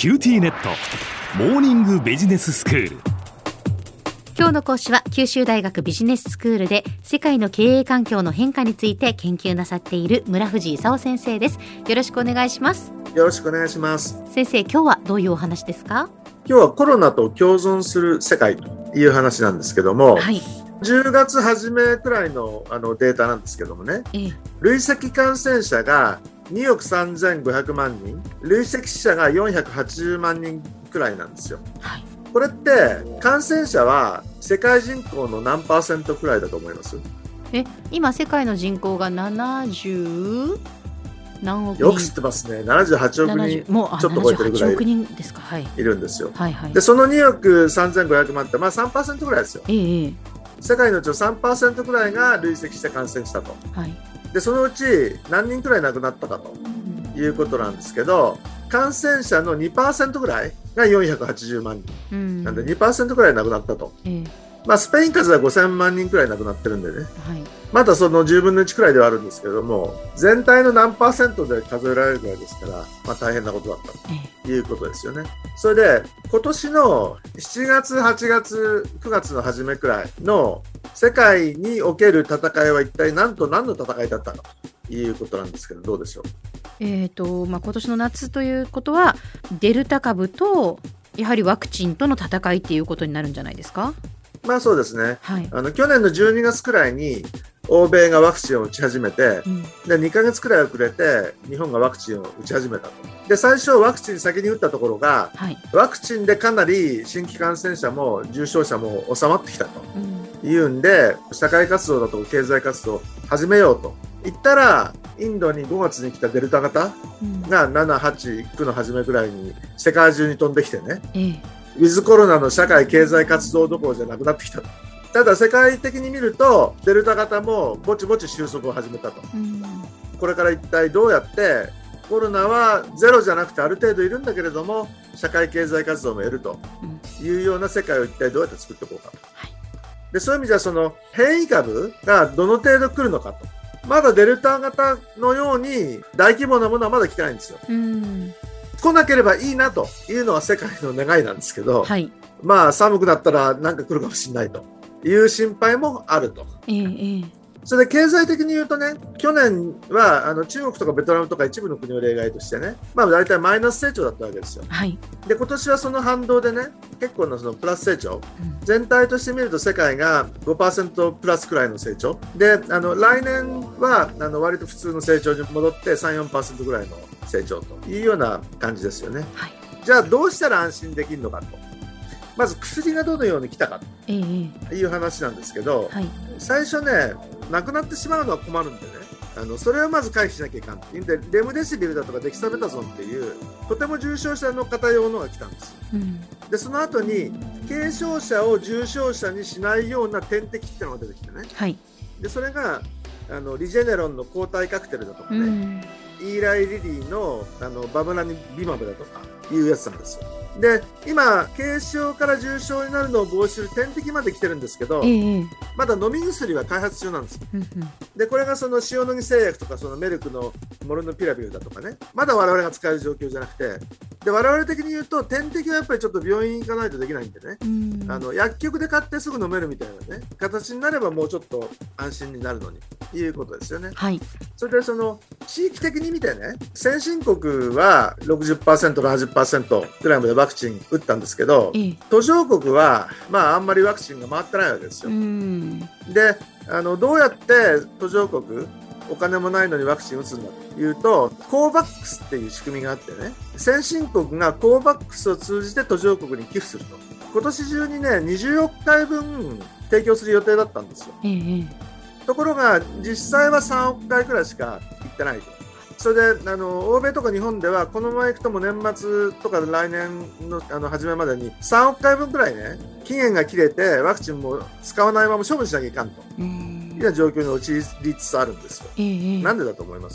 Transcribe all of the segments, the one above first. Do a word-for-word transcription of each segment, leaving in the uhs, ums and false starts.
キューティーネットモーニングビジネススクール。 今日の講師は九州大学ビジネススクールで世界の経営環境の変化について研究なさっている村藤勲先生です。よろしくお願いします。 よろしくお願いします。 先生、今日はどういうお話ですか？ 今日はコロナと共存する世界という話なんですけども、 はい、 じゅうがつ初めくらい の, あのデータなんですけどもね、 ええ、 累積感染者がにおくさんぜんごひゃくまんにん、累積死者がよんひゃくはちじゅうまんにんくらいなんですよ。 はい、 これって感染者は世界人口の何パーセントくらいだと思います？ え今世界の人口がななじゅう何億人。 よく知ってますね。ななじゅうはちおくにん、 もうちょっと超えてるぐらいななじゅうはちおくにんですか。はい、 いるんですよ。 はいはい、 でそのにおくさんぜんごひゃくまんってまあ さんパーセント くらいですよ。 ええ、 世界のうちの さんパーセント くらいが累積して感染したと。 はい、 でそのうち何人くらい亡くなったかということなんですけど、感染者の にパーセント ぐらいがよんひゃくはちじゅうまんにん、うん、なんで にパーセント くらい亡くなったと、えーまあ、スペイン風邪はごせんまんにんくらい亡くなってるんでね、はい、まだそのじゅうぶんのいちくらいではあるんですけども、全体の何パーセントで数えられるぐらいですから、まあ、大変なことだったということですよね。それで今年のしちがつはちがつくがつの初めくらいの世界における戦いは一体何と何の戦いだったかということなんですけど、どうでしょう？ えーとまあ、今年の夏ということはデルタ株とやはりワクチンとの戦いっていうことになるんじゃないですか？ まあそうですね、 はい、 あの去年のじゅうにがつくらいに欧米がワクチンを打ち始めて、うん、でにかげつくらい遅れて日本がワクチンを打ち始めたと。で最初ワクチン先に打ったところが、はい、ワクチンでかなり新規感染者も重症者も収まってきたと、うん、いうんで社会活動だとか経済活動を始めようと言ったら、インドにごがつに来たデルタ型がなな、はち、きゅうの初めくらいに世界中に飛んできてね、ええ、ウィズコロナの社会経済活動どころじゃなくなってきた。ただ世界的に見るとデルタ型もぼちぼち収束を始めたと、うん、これから一体どうやってコロナはゼロじゃなくてある程度いるんだけれども社会経済活動も得るというような世界を一体どうやって作っていこうかと、はい、でそういう意味ではその変異株がどの程度来るのかと。まだデルタ型のように大規模なものはまだ来てないんですよ。うん、来なければいいなというのは世界の願いなんですけど、はい、まあ寒くなったら何か来るかもしれないという心配もあると、えー、それで経済的に言うとね、去年はあの中国とかベトナムとか一部の国を例外としてね、まあ、大体マイナス成長だったわけですよ、はい、で今年はその反動でね結構なそのプラス成長、うん、全体として見ると世界が ごパーセント プラスくらいの成長で、あの来年はあの割と普通の成長に戻って さん、よんパーセント ぐらいの成長というような感じですよね、はい、じゃあどうしたら安心できるのかと。まず薬がどのように来たかという話なんですけど、はい、最初ねなくなってしまうのは困るんでね、あのそれをまず回避しなきゃいかんというんで、レムデシビルだとかデキサメタゾンっていうとても重症者の方用のが来たんです、うん、でその後に軽症者を重症者にしないような点滴っていうのが出てきてね、はい、でそれがあのリジェネロンの抗体カクテルだとかね、うん、イーライリリー の, あのバブラニビマブだとかいうやつなんですよ。で今軽症から重症になるのを防止する点滴まで来てるんですけど、えー、まだ飲み薬は開発中なんですよ、うんうん、でこれがその塩野義製薬とかそのメルクのモルヌピラビルだとかね、まだ我々が使える状況じゃなくて、で我々的に言うと点滴はやっぱりちょっと病院行かないとできないんでね、うん、あの薬局で買ってすぐ飲めるみたいなね形になればもうちょっと安心になるのにいうことですよね、はい、それでその地域的に見てね、先進国は ろくじゅっパーセント、ななじゅっパーセント ぐらいまでワクチン打ったんですけど、ええ、途上国は、まあ、あんまりワクチンが回ってないわけですよ。うんであのどうやって途上国お金もないのにワクチン打つんだというと、コーバックスっていう仕組みがあってね、先進国がコーバックスを通じて途上国に寄付すると、今年中にねにじゅうおくかいぶん提供する予定だったんですよ、ええ、ところが実際はさんおくかいくらいしか行ってないと。それであの欧米とか日本ではこのままいくとも年末とか来年 の, あの初めまでにさんおくかいぶんくらいね期限が切れてワクチンも使わないまま処分しなきゃいかんというような状況に陥りつつあるんですよ、えー、なんでだと思います？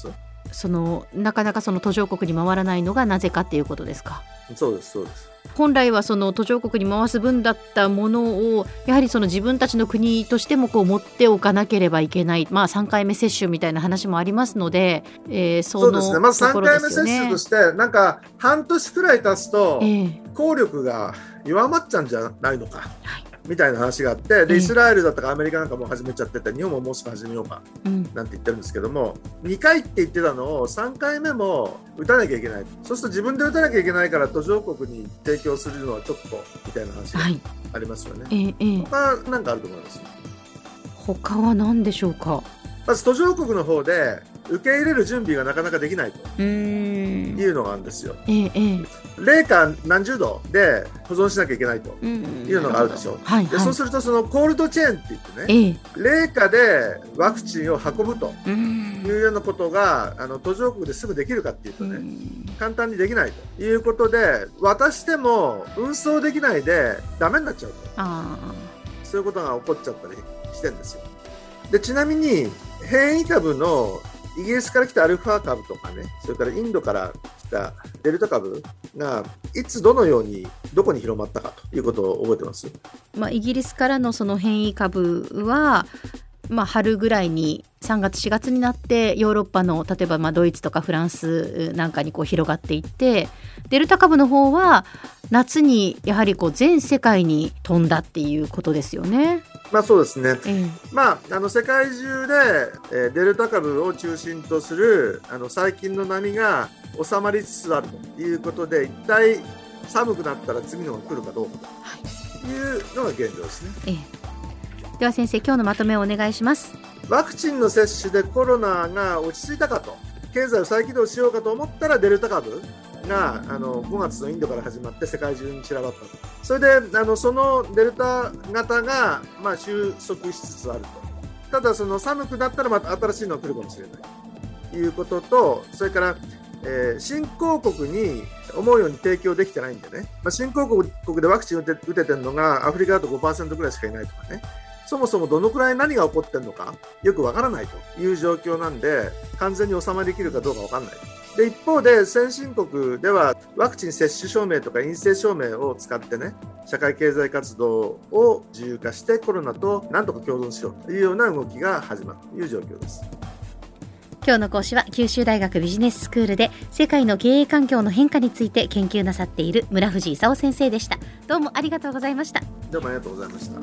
そのなかなかその途上国に回らないのがなぜかっていうことですか。 そうですそうです。 本来はその途上国に回す分だったものをやはりその自分たちの国としてもこう持っておかなければいけない、まあ、さんかいめ接種みたいな話もありますので、えー、そのそうですね、まずさんかいめ接種としてなんか半年くらい経つと効力が弱まっちゃうんじゃないのか、はい、みたいな話があって、でイスラエルだったかアメリカなんかも始めちゃってて、日本ももうすぐ始めようかなんて言ってるんですけども、うん、にかいって言ってたのをさんかいめも打たなきゃいけない。そうすると自分で打たなきゃいけないから途上国に提供するのはちょっとみたいな話がありますよね、はい、えー、他なんかあると思います。 他は何でしょうか。 まず途上国の方で受け入れる準備がなかなかできないというのがあるんですよ。えーえー、零下何十度で保存しなきゃいけないというのがあるでしょう。はいはい、でそうするとそのコールドチェーンって言ってね、えー、零下でワクチンを運ぶというようなことがあの途上国ですぐできるかっていうとね、簡単にできないということで、渡しても運送できないでダメになっちゃうと、あそういうことが起こっちゃったりしてるんですよ。でちなみに変異株のイギリスから来たアルファ株とかね、それからインドから来たデルタ株がいつどのようにどこに広まったかということを覚えてます？ まあ、イギリスからのその変異株は、まあ、春ぐらいにさんがつしがつになってヨーロッパの例えばまあドイツとかフランスなんかにこう広がっていって、デルタ株の方は夏にやはりこう全世界に飛んだっていうことですよね。 まあそうですね、えーまあ、あの世界中で、えー、デルタ株を中心とするあの細菌の波が収まりつつあるということで、一体寒くなったら次のが来るかどうかというのが現状ですね、えー、では先生、今日のまとめをお願いします。 ワクチンの接種でコロナが落ち着いたかと、経済を再起動しようかと思ったらデルタ株があのごがつのインドから始まって世界中に散らばったと。それであのそのデルタ型が、まあ、収束しつつあると。ただその寒くなったらまた新しいのが来るかもしれないということと、それから、えー、新興国に思うように提供できてないんでね、まあ、新興国でワクチン打て、打ててるのがアフリカだと ごパーセント ぐらいしかいないとかね、そもそもどのくらい何が起こってるのかよくわからないという状況なんで、完全に収まりきるかどうかわからない。で一方で先進国ではワクチン接種証明とか陰性証明を使ってね、社会経済活動を自由化してコロナと何とか共存しようというような動きが始まるという状況です。 今日の講師は九州大学ビジネススクールで世界の経営環境の変化について研究なさっている村藤勲先生でした。どうもありがとうございました。 どうもありがとうございました。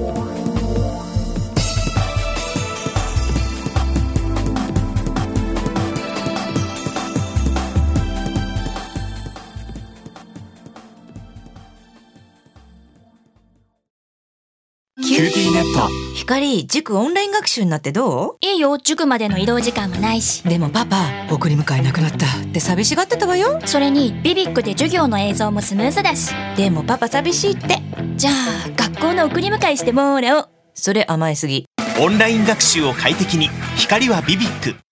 キューティーネット。光、塾オンライン学習になってどう？ いいよ、塾までの移動時間もないし。 でもパパ、送り迎えなくなったって寂しがってたわよ。 それにビビックで授業の映像もスムーズだし。 でもパパ寂しいって。 じゃあ学校の送り迎えしてもらおう。 それ甘えすぎ。 オンライン学習を快適に、光はビビック。